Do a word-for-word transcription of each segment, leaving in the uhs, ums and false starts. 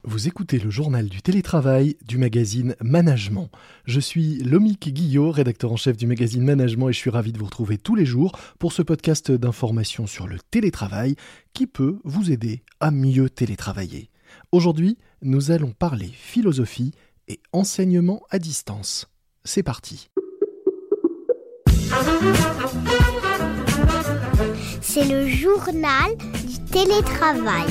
Vous écoutez le journal du télétravail du magazine Management. Je suis Lomique Guillot, rédacteur en chef du magazine Management et je suis ravi de vous retrouver tous les jours pour ce podcast d'information sur le télétravail qui peut vous aider à mieux télétravailler. Aujourd'hui, nous allons parler philosophie et enseignement à distance. C'est parti. C'est le journal du télétravail.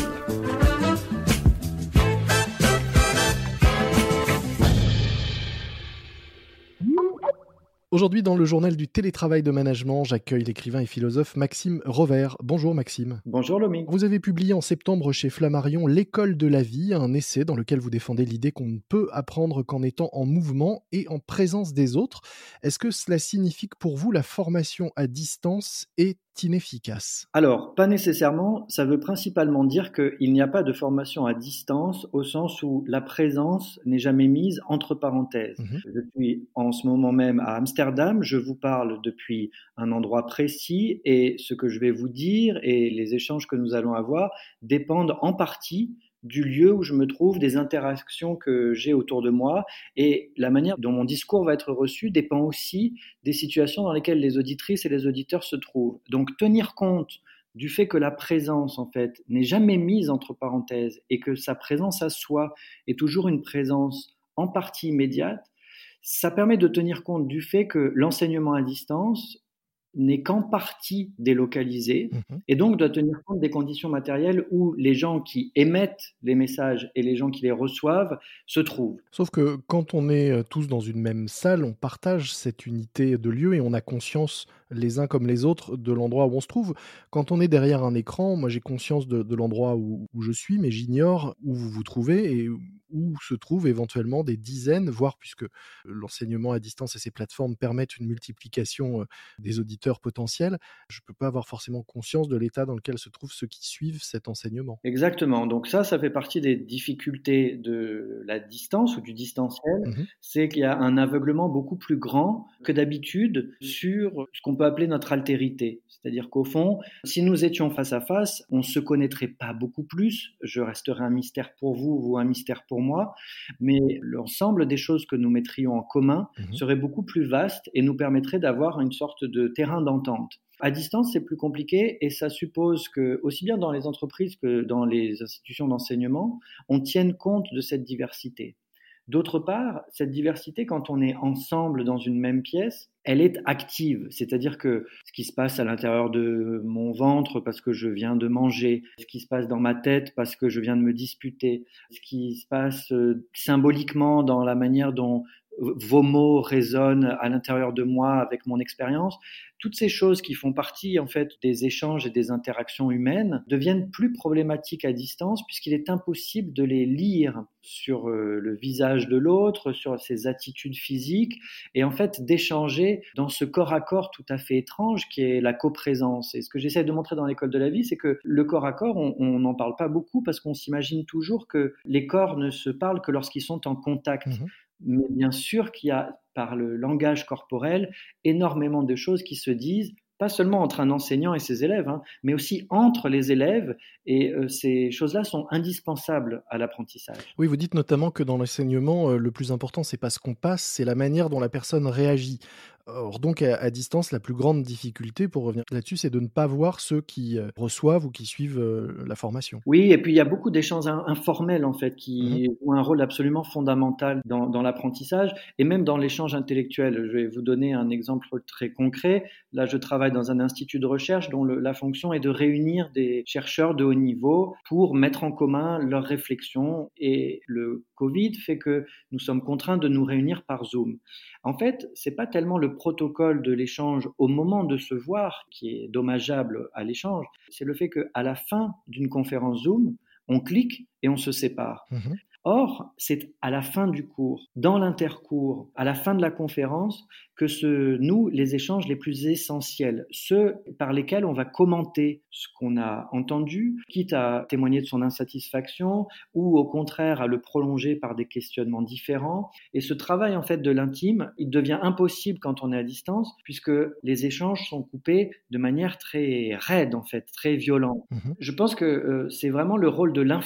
Aujourd'hui, dans le journal du télétravail de Management, j'accueille l'écrivain et philosophe Maxime Rovert. Bonjour Maxime. Bonjour Lomique. Vous avez publié en septembre chez Flammarion L'école de la vie, un essai dans lequel vous défendez l'idée qu'on ne peut apprendre qu'en étant en mouvement et en présence des autres. Est-ce que cela signifie que pour vous, la formation à distance est inefficace ? Alors, pas nécessairement. Ça veut principalement dire qu'il n'y a pas de formation à distance au sens où la présence n'est jamais mise entre parenthèses. Mmh. Je suis en ce moment même à Amsterdam. Je vous parle depuis un endroit précis et ce que je vais vous dire et les échanges que nous allons avoir dépendent en partie du lieu où je me trouve, des interactions que j'ai autour de moi, et la manière dont mon discours va être reçu dépend aussi des situations dans lesquelles les auditrices et les auditeurs se trouvent. Donc tenir compte du fait que la présence en fait n'est jamais mise entre parenthèses et que sa présence à soi est toujours une présence en partie immédiate, ça permet de tenir compte du fait que l'enseignement à distance n'est qu'en partie délocalisé mmh. et donc doit tenir compte des conditions matérielles où les gens qui émettent les messages et les gens qui les reçoivent se trouvent. Sauf que quand on est tous dans une même salle, on partage cette unité de lieu et on a conscience les uns comme les autres de l'endroit où on se trouve. Quand on est derrière un écran, moi j'ai conscience de, de l'endroit où, où je suis, mais j'ignore où vous vous trouvez et où se trouvent éventuellement des dizaines, voire puisque l'enseignement à distance et ces plateformes permettent une multiplication des auditeurs potentiels, je ne peux pas avoir forcément conscience de l'état dans lequel se trouvent ceux qui suivent cet enseignement. Exactement, donc ça, ça fait partie des difficultés de la distance ou du distanciel, mmh. C'est qu'il y a un aveuglement beaucoup plus grand que d'habitude sur ce qu'on peut appeler notre altérité. C'est-à-dire qu'au fond, si nous étions face à face, on ne se connaîtrait pas beaucoup plus, je resterais un mystère pour vous, vous un mystère pour moi, mais l'ensemble des choses que nous mettrions en commun mmh. serait beaucoup plus vaste et nous permettrait d'avoir une sorte de terrain d'entente. À distance, c'est plus compliqué et ça suppose que, aussi bien dans les entreprises que dans les institutions d'enseignement, on tienne compte de cette diversité. D'autre part, cette diversité, quand on est ensemble dans une même pièce, elle est active. C'est-à-dire que ce qui se passe à l'intérieur de mon ventre parce que je viens de manger, ce qui se passe dans ma tête parce que je viens de me disputer, ce qui se passe euh, symboliquement dans la manière dont vos mots résonnent à l'intérieur de moi avec mon expérience, toutes ces choses qui font partie en fait des échanges et des interactions humaines deviennent plus problématiques à distance puisqu'il est impossible de les lire sur euh, le visage de l'autre, sur ses attitudes physiques et en fait d'échanger dans ce corps à corps tout à fait étrange qui est la coprésence. Et ce que j'essaie de montrer dans l'école de la vie, c'est que le corps à corps, on n'en parle pas beaucoup parce qu'on s'imagine toujours que les corps ne se parlent que lorsqu'ils sont en contact. Mmh. Mais bien sûr qu'il y a, par le langage corporel, énormément de choses qui se disent, pas seulement entre un enseignant et ses élèves, hein, mais aussi entre les élèves. Et euh, ces choses-là sont indispensables à l'apprentissage. Oui, vous dites notamment que dans l'enseignement, euh, le plus important, c'est pas ce qu'on passe, c'est la manière dont la personne réagit. Or, donc, à, à distance, la plus grande difficulté, pour revenir là-dessus, c'est de ne pas voir ceux qui euh, reçoivent ou qui suivent euh, la formation. Oui, et puis il y a beaucoup d'échanges informels, en fait, qui Mmh. ont un rôle absolument fondamental dans, dans l'apprentissage et même dans l'échange intellectuel. Je vais vous donner un exemple très concret. Là, je travaille dans un institut de recherche dont le, la fonction est de réunir des chercheurs de haut niveau pour mettre en commun leurs réflexions. Et le Covid fait que nous sommes contraints de nous réunir par Zoom. En fait, c'est pas tellement le protocole de l'échange au moment de se voir qui est dommageable à l'échange, c'est le fait qu'à la fin d'une conférence Zoom, on clique et on se sépare. Mmh. Or, c'est à la fin du cours, dans l'intercours, à la fin de la conférence, que se nouent les échanges les plus essentiels, ceux par lesquels on va commenter ce qu'on a entendu, quitte à témoigner de son insatisfaction ou au contraire à le prolonger par des questionnements différents. Et ce travail en fait de l'intime, il devient impossible quand on est à distance, puisque les échanges sont coupés de manière très raide en fait, très violente. Mmh. Je pense que euh, c'est vraiment le rôle de l'informel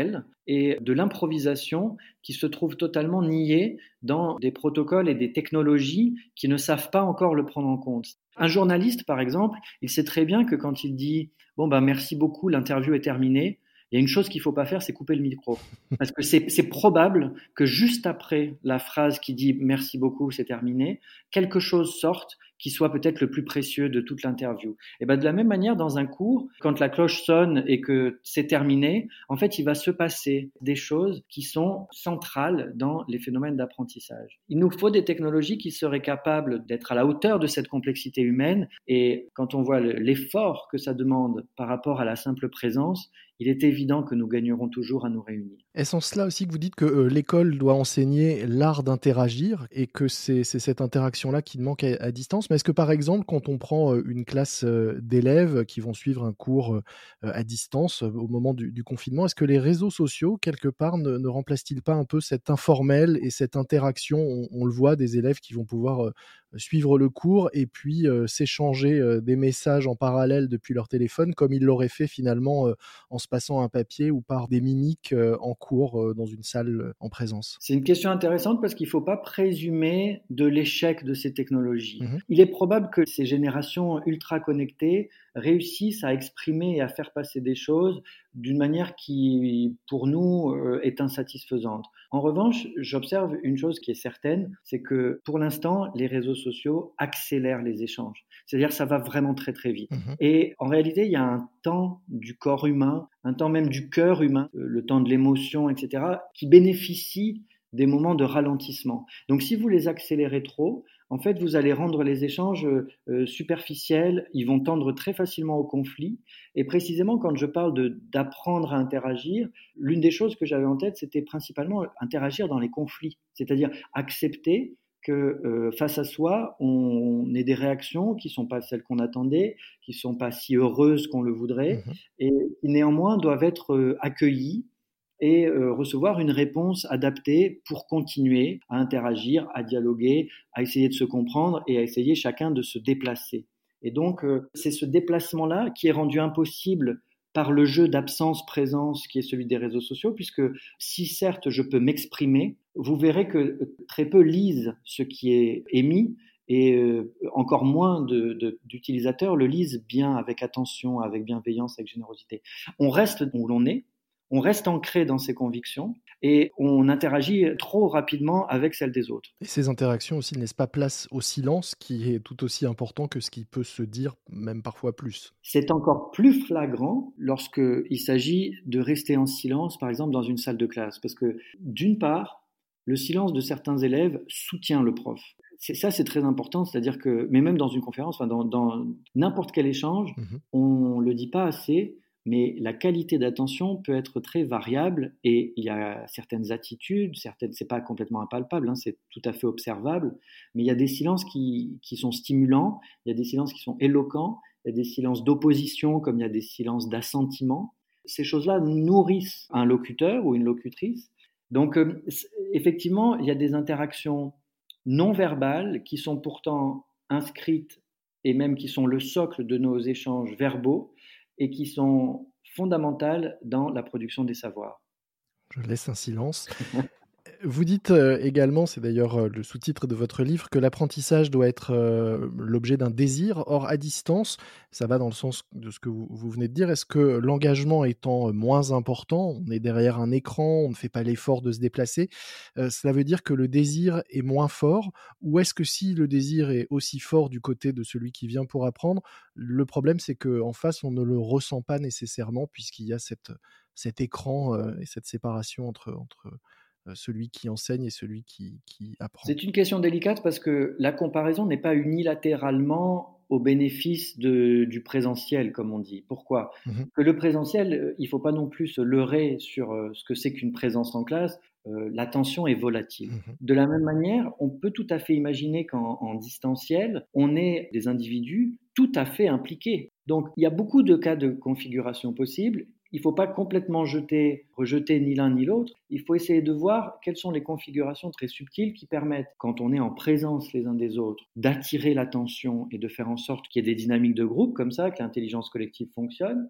naturel et de l'improvisation qui se trouve totalement niée dans des protocoles et des technologies qui ne savent pas encore le prendre en compte. Un journaliste, par exemple, il sait très bien que quand il dit « bon ben merci beaucoup, l'interview est terminée », il y a une chose qu'il ne faut pas faire, c'est couper le micro. Parce que c'est, c'est probable que juste après la phrase qui dit « merci beaucoup, c'est terminé », quelque chose sorte qui soit peut-être le plus précieux de toute l'interview. Et ben de la même manière, dans un cours, quand la cloche sonne et que c'est terminé, en fait, il va se passer des choses qui sont centrales dans les phénomènes d'apprentissage. Il nous faut des technologies qui seraient capables d'être à la hauteur de cette complexité humaine. Et quand on voit l'effort que ça demande par rapport à la simple présence, il est évident que nous gagnerons toujours à nous réunir. Est-ce en cela aussi que vous dites que euh, l'école doit enseigner l'art d'interagir et que c'est, c'est cette interaction-là qui manque à, à distance? Mais est-ce que par exemple, quand on prend euh, une classe euh, d'élèves qui vont suivre un cours euh, à distance euh, au moment du, du confinement, est-ce que les réseaux sociaux, quelque part, ne, ne remplacent-ils pas un peu cet informel et cette interaction? on, on le voit, des élèves qui vont pouvoir euh, suivre le cours et puis euh, s'échanger euh, des messages en parallèle depuis leur téléphone, comme ils l'auraient fait finalement euh, en se passant un papier ou par des mimiques euh, en cours euh, dans une salle euh, en présence. C'est une question intéressante parce qu'il ne faut pas présumer de l'échec de ces technologies. Mmh. Il est probable que ces générations ultra connectées réussissent à exprimer et à faire passer des choses d'une manière qui, pour nous, euh, est insatisfaisante. En revanche, j'observe une chose qui est certaine, c'est que pour l'instant, les réseaux sociaux accélèrent les échanges. C'est-à-dire que ça va vraiment très très vite. Mmh. Et en réalité, il y a un temps du corps humain, un temps même du cœur humain, le temps de l'émotion, et cetera, qui bénéficie des moments de ralentissement. Donc si vous les accélérez trop, en fait, vous allez rendre les échanges euh, superficiels, ils vont tendre très facilement au conflit. Et précisément, quand je parle de, d'apprendre à interagir, l'une des choses que j'avais en tête, c'était principalement interagir dans les conflits, c'est-à-dire accepter que euh, face à soi, on, on ait des réactions qui ne sont pas celles qu'on attendait, qui ne sont pas si heureuses qu'on le voudrait, Mmh. et qui néanmoins doivent être euh, accueillies et euh, recevoir une réponse adaptée pour continuer à interagir, à dialoguer, à essayer de se comprendre et à essayer chacun de se déplacer. Et donc, euh, c'est ce déplacement-là qui est rendu impossible par le jeu d'absence-présence qui est celui des réseaux sociaux, puisque si certes je peux m'exprimer, vous verrez que très peu lisent ce qui est émis, et euh, encore moins de, de, d'utilisateurs le lisent bien, avec attention, avec bienveillance, avec générosité. On reste où l'on est, on reste ancré dans ses convictions et on interagit trop rapidement avec celles des autres. Et ces interactions aussi ne laissent pas place au silence, qui est tout aussi important que ce qui peut se dire, même parfois plus. C'est encore plus flagrant lorsqu'il s'agit de rester en silence, par exemple dans une salle de classe, parce que d'une part, le silence de certains élèves soutient le prof. C'est, ça, c'est très important, c'est-à-dire que, mais même dans une conférence, enfin dans, dans n'importe quel échange, Mmh. on ne le dit pas assez, mais la qualité d'attention peut être très variable et il y a certaines attitudes, certaines, c'est pas complètement impalpable, hein, c'est tout à fait observable, mais il y a des silences qui, qui sont stimulants, il y a des silences qui sont éloquents, il y a des silences d'opposition comme il y a des silences d'assentiment. Ces choses-là nourrissent un locuteur ou une locutrice. Donc, euh, effectivement, il y a des interactions non verbales qui sont pourtant inscrites et même qui sont le socle de nos échanges verbaux et qui sont fondamentales dans la production des savoirs. Je laisse un silence. Vous dites euh, également, c'est d'ailleurs euh, le sous-titre de votre livre, que l'apprentissage doit être euh, l'objet d'un désir. Or, à distance, ça va dans le sens de ce que vous, vous venez de dire. Est-ce que l'engagement étant euh, moins important, on est derrière un écran, on ne fait pas l'effort de se déplacer, euh, cela veut dire que le désir est moins fort? Ou est-ce que si le désir est aussi fort du côté de celui qui vient pour apprendre, le problème c'est qu'en face, on ne le ressent pas nécessairement puisqu'il y a cette, cet écran euh, et cette séparation entre... entre celui qui enseigne et celui qui, qui apprend? C'est une question délicate parce que la comparaison n'est pas unilatéralement au bénéfice de, du présentiel, comme on dit. Pourquoi? Mmh. Que le présentiel, il ne faut pas non plus se leurrer sur ce que c'est qu'une présence en classe. Euh, l'attention est volatile. Mmh. De la même manière, on peut tout à fait imaginer qu'en en distanciel, on ait des individus tout à fait impliqués. Donc, il y a beaucoup de cas de configuration possibles. Il ne faut pas complètement jeter, rejeter ni l'un ni l'autre. Il faut essayer de voir quelles sont les configurations très subtiles qui permettent, quand on est en présence les uns des autres, d'attirer l'attention et de faire en sorte qu'il y ait des dynamiques de groupe comme ça, que l'intelligence collective fonctionne.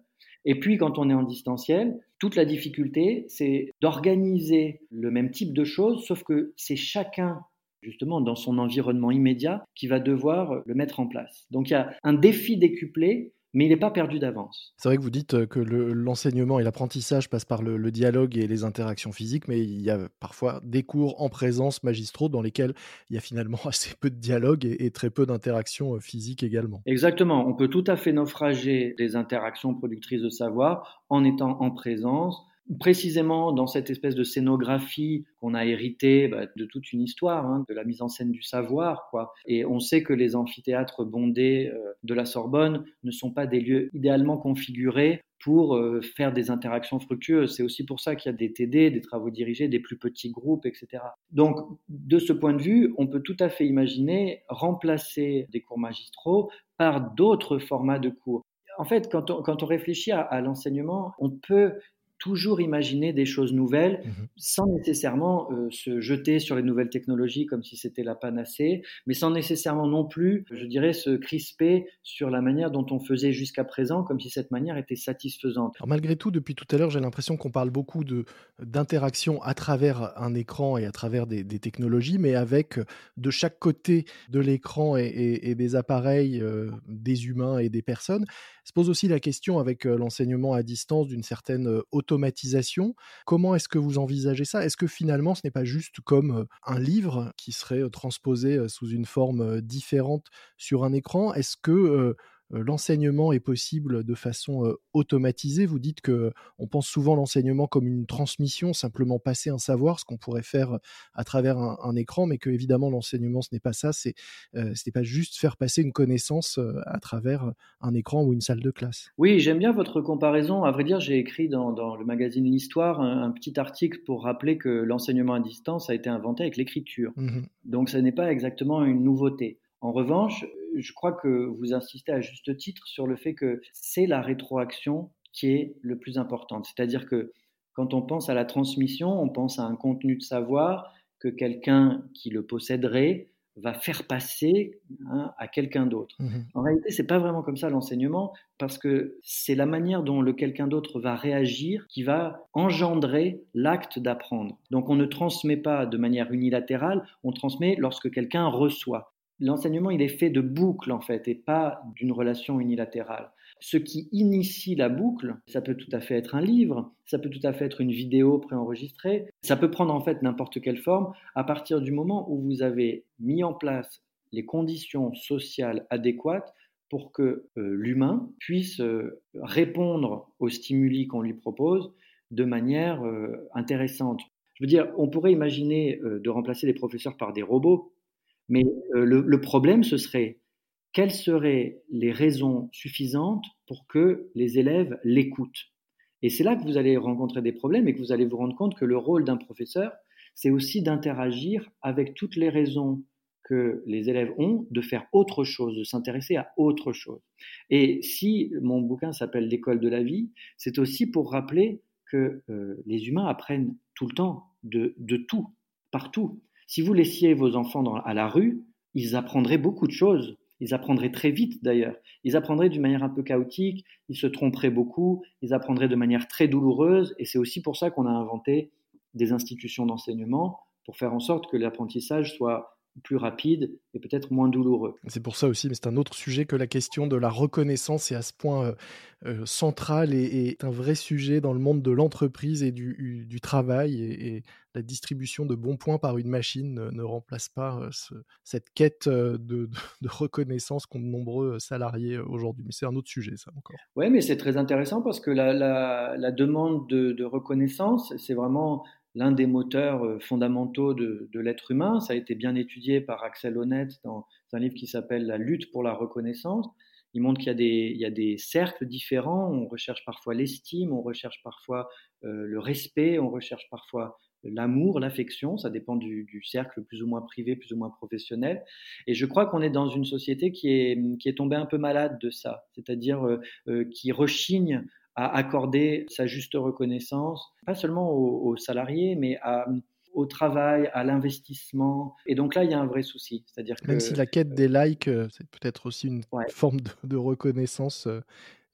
Et puis, quand on est en distanciel, toute la difficulté, c'est d'organiser le même type de choses, sauf que c'est chacun, justement, dans son environnement immédiat, qui va devoir le mettre en place. Donc, il y a un défi décuplé, mais il n'est pas perdu d'avance. C'est vrai que vous dites que le l'enseignement et l'apprentissage passent par le le dialogue et les interactions physiques, mais il y a parfois des cours en présence magistraux dans lesquels il y a finalement assez peu de dialogue et et très peu d'interactions physiques également. Exactement, on peut tout à fait naufrager des interactions productrices de savoir en étant en présence, précisément dans cette espèce de scénographie qu'on a héritée bah, de toute une histoire, hein, de la mise en scène du savoir, quoi. Et on sait que les amphithéâtres bondés euh, de la Sorbonne ne sont pas des lieux idéalement configurés pour euh, faire des interactions fructueuses. C'est aussi pour ça qu'il y a des T D, des travaux dirigés, des plus petits groupes, et cetera. Donc, de ce point de vue, on peut tout à fait imaginer remplacer des cours magistraux par d'autres formats de cours. En fait, quand on, quand on réfléchit à, à l'enseignement, on peut toujours imaginer des choses nouvelles Mmh. sans nécessairement euh, se jeter sur les nouvelles technologies comme si c'était la panacée, mais sans nécessairement non plus, je dirais, se crisper sur la manière dont on faisait jusqu'à présent, comme si cette manière était satisfaisante. Alors malgré tout, depuis tout à l'heure, j'ai l'impression qu'on parle beaucoup de d'interaction à travers un écran et à travers des des technologies, mais avec, heu, de chaque côté de l'écran et et et des appareils, heu, des humains et des personnes. Se pose aussi la question avec, heu, l'enseignement à distance d'une certaine, heu, automatisation. Comment est-ce que vous envisagez ça? Est-ce que finalement ce n'est pas juste comme, heu, un livre qui serait, heu, transposé, heu, sous une forme, heu, différente sur un écran? Est-ce que, heu heu, l'enseignement est possible de façon, heu, automatisée? Vous dites que on pense souvent l'enseignement comme une transmission, simplement passer un savoir, ce qu'on pourrait faire à travers un un écran, mais qu'évidemment l'enseignement ce n'est pas ça, c'est, heu, ce n'est pas juste faire passer une connaissance, heu, à travers un écran ou une salle de classe. Oui, j'aime bien votre comparaison. À vrai dire, j'ai écrit dans, dans le magazine L'Histoire un, un petit article pour rappeler que l'enseignement à distance a été inventé avec l'écriture. Mmh. Donc, ce n'est pas exactement une nouveauté. En revanche, je crois que vous insistez à juste titre sur le fait que c'est la rétroaction qui est le plus importante. C'est-à-dire que quand on pense à la transmission, on pense à un contenu de savoir que quelqu'un qui le posséderait va faire passer hein, à quelqu'un d'autre. Mmh. En réalité, c'est pas vraiment comme ça l'enseignement, parce que c'est la manière dont le quelqu'un d'autre va réagir qui va engendrer l'acte d'apprendre. Donc on ne transmet pas de manière unilatérale, on transmet lorsque quelqu'un reçoit. L'enseignement, il est fait de boucles en fait, et pas d'une relation unilatérale. Ce qui initie la boucle, ça peut tout à fait être un livre, ça peut tout à fait être une vidéo préenregistrée, ça peut prendre en fait n'importe quelle forme à partir du moment où vous avez mis en place les conditions sociales adéquates pour que euh, l'humain puisse euh, répondre aux stimuli qu'on lui propose de manière euh, intéressante. Je veux dire, on pourrait imaginer euh, de remplacer les professeurs par des robots, mais euh, le, le problème, ce serait quelles seraient les raisons suffisantes pour que les élèves l'écoutent. Et c'est là que vous allez rencontrer des problèmes et que vous allez vous rendre compte que le rôle d'un professeur, c'est aussi d'interagir avec toutes les raisons que les élèves ont de faire autre chose, de s'intéresser à autre chose. Et si mon bouquin s'appelle L'école de la vie, c'est aussi pour rappeler que euh, les humains apprennent tout le temps, de, de tout, partout. Si vous laissiez vos enfants dans, à la rue, ils apprendraient beaucoup de choses. Ils apprendraient très vite d'ailleurs. Ils apprendraient d'une manière un peu chaotique, ils se tromperaient beaucoup, ils apprendraient de manière très douloureuse. Et c'est aussi pour ça qu'on a inventé des institutions d'enseignement pour faire en sorte que l'apprentissage soit plus rapide et peut-être moins douloureux. C'est pour ça aussi, mais c'est un autre sujet que la question de la reconnaissance est à ce point, heu heu, central et et est un vrai sujet dans le monde de l'entreprise et du u du travail et et la distribution de bons points par une machine ne ne remplace pas, heu, ce cette quête, heu, de de de reconnaissance qu'ont de nombreux salariés, heu, aujourd'hui. Mais c'est un autre sujet ça encore. Oui, mais c'est très intéressant parce que la, la, la demande de, de reconnaissance, c'est vraiment l'un des moteurs euh, fondamentaux de, de l'être humain. Ça a été bien étudié par Axel Honneth dans un livre qui s'appelle La lutte pour la reconnaissance. Il montre qu'il y a des, il y a des cercles différents. On recherche parfois l'estime, on recherche parfois euh, le respect, on recherche parfois l'amour, l'affection. Ça dépend du, du cercle plus ou moins privé, plus ou moins professionnel. Et je crois qu'on est dans une société qui est, qui est tombée un peu malade de ça, c'est-à-dire euh, euh, qui rechigne à accorder sa juste reconnaissance, pas seulement aux, aux salariés, mais à, au travail, à l'investissement. Et donc là, il y a un vrai souci. C'est-à-dire Même si que, la quête des likes, heu, c'est peut-être aussi une ouais, forme de de reconnaissance, heu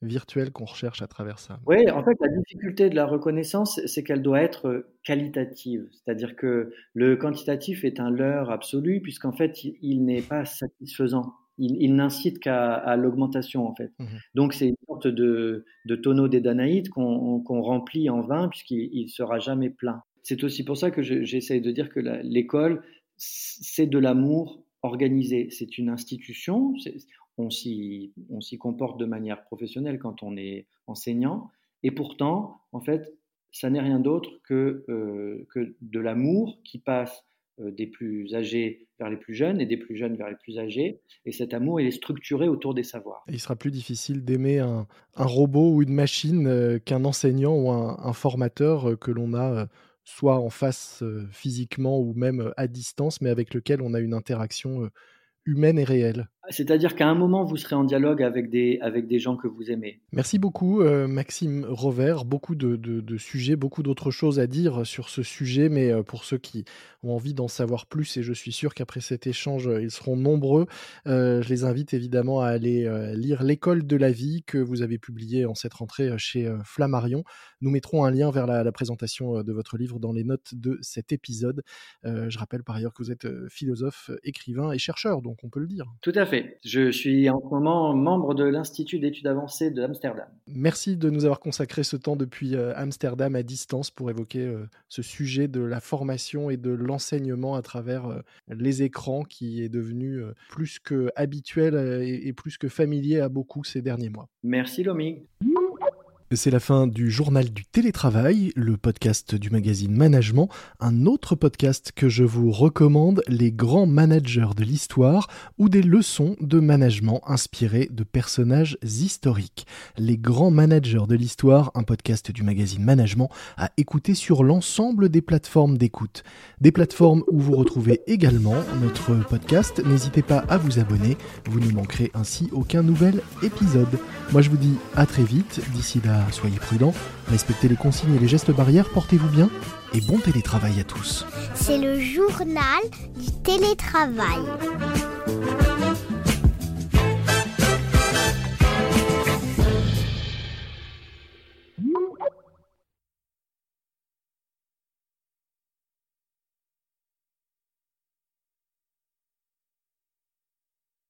virtuelle qu'on recherche à travers ça. Oui, en fait, la difficulté de la reconnaissance, c'est qu'elle doit être qualitative. C'est-à-dire que le quantitatif est un leurre absolu, puisqu'en fait, il, il n'est pas satisfaisant. Il, il n'incite qu'à à l'augmentation, en fait. Mmh. Donc, c'est une sorte de, de tonneau des Danaïdes qu'on, qu'on remplit en vain, puisqu'il ne sera jamais plein. C'est aussi pour ça que je, j'essaye de dire que la, l'école, c'est de l'amour organisé. C'est une institution. C'est, on, s'y, on s'y comporte de manière professionnelle quand on est enseignant. Et pourtant, en fait, ça n'est rien d'autre que, euh, que de l'amour qui passe des plus âgés vers les plus jeunes et des plus jeunes vers les plus âgés. Et cet amour, il est structuré autour des savoirs. Et il sera plus difficile d'aimer un, un robot ou une machine euh, qu'un enseignant ou un, un formateur euh, que l'on a euh, soit en face euh, physiquement ou même euh, à distance, mais avec lequel on a une interaction euh, humaine et réelle. C'est-à-dire qu'à un moment, vous serez en dialogue avec des, avec des gens que vous aimez. Merci beaucoup, euh, Maxime Rovère. Beaucoup de, de, de sujets, beaucoup d'autres choses à dire sur ce sujet, mais euh, pour ceux qui ont envie d'en savoir plus, et je suis sûr qu'après cet échange, ils seront nombreux, euh, je les invite évidemment à aller euh, lire L'école de la vie que vous avez publié en cette rentrée chez euh, Flammarion. Nous mettrons un lien vers la, la présentation de votre livre dans les notes de cet épisode. Euh, je rappelle par ailleurs que vous êtes philosophe, écrivain et chercheur, donc on peut le dire. Tout à fait. Je suis en ce moment membre de l'Institut d'études avancées de Amsterdam. Merci de nous avoir consacré ce temps depuis euh, Amsterdam à distance pour évoquer euh, ce sujet de la formation et de l'enseignement à travers euh, les écrans qui est devenu euh, plus que habituel euh, et, et plus que familier à beaucoup ces derniers mois. Merci Lomi. C'est la fin du journal du télétravail, le podcast du magazine Management, un autre podcast que je vous recommande, les grands managers de l'histoire ou des leçons de management inspirées de personnages historiques. Les grands managers de l'histoire, un podcast du magazine Management à écouter sur l'ensemble des plateformes d'écoute. Des plateformes où vous retrouvez également notre podcast. N'hésitez pas à vous abonner, vous ne manquerez ainsi aucun nouvel épisode. Moi je vous dis à très vite, d'ici là soyez prudents, respectez les consignes et les gestes barrières, portez-vous bien et bon télétravail à tous. C'est le journal du télétravail.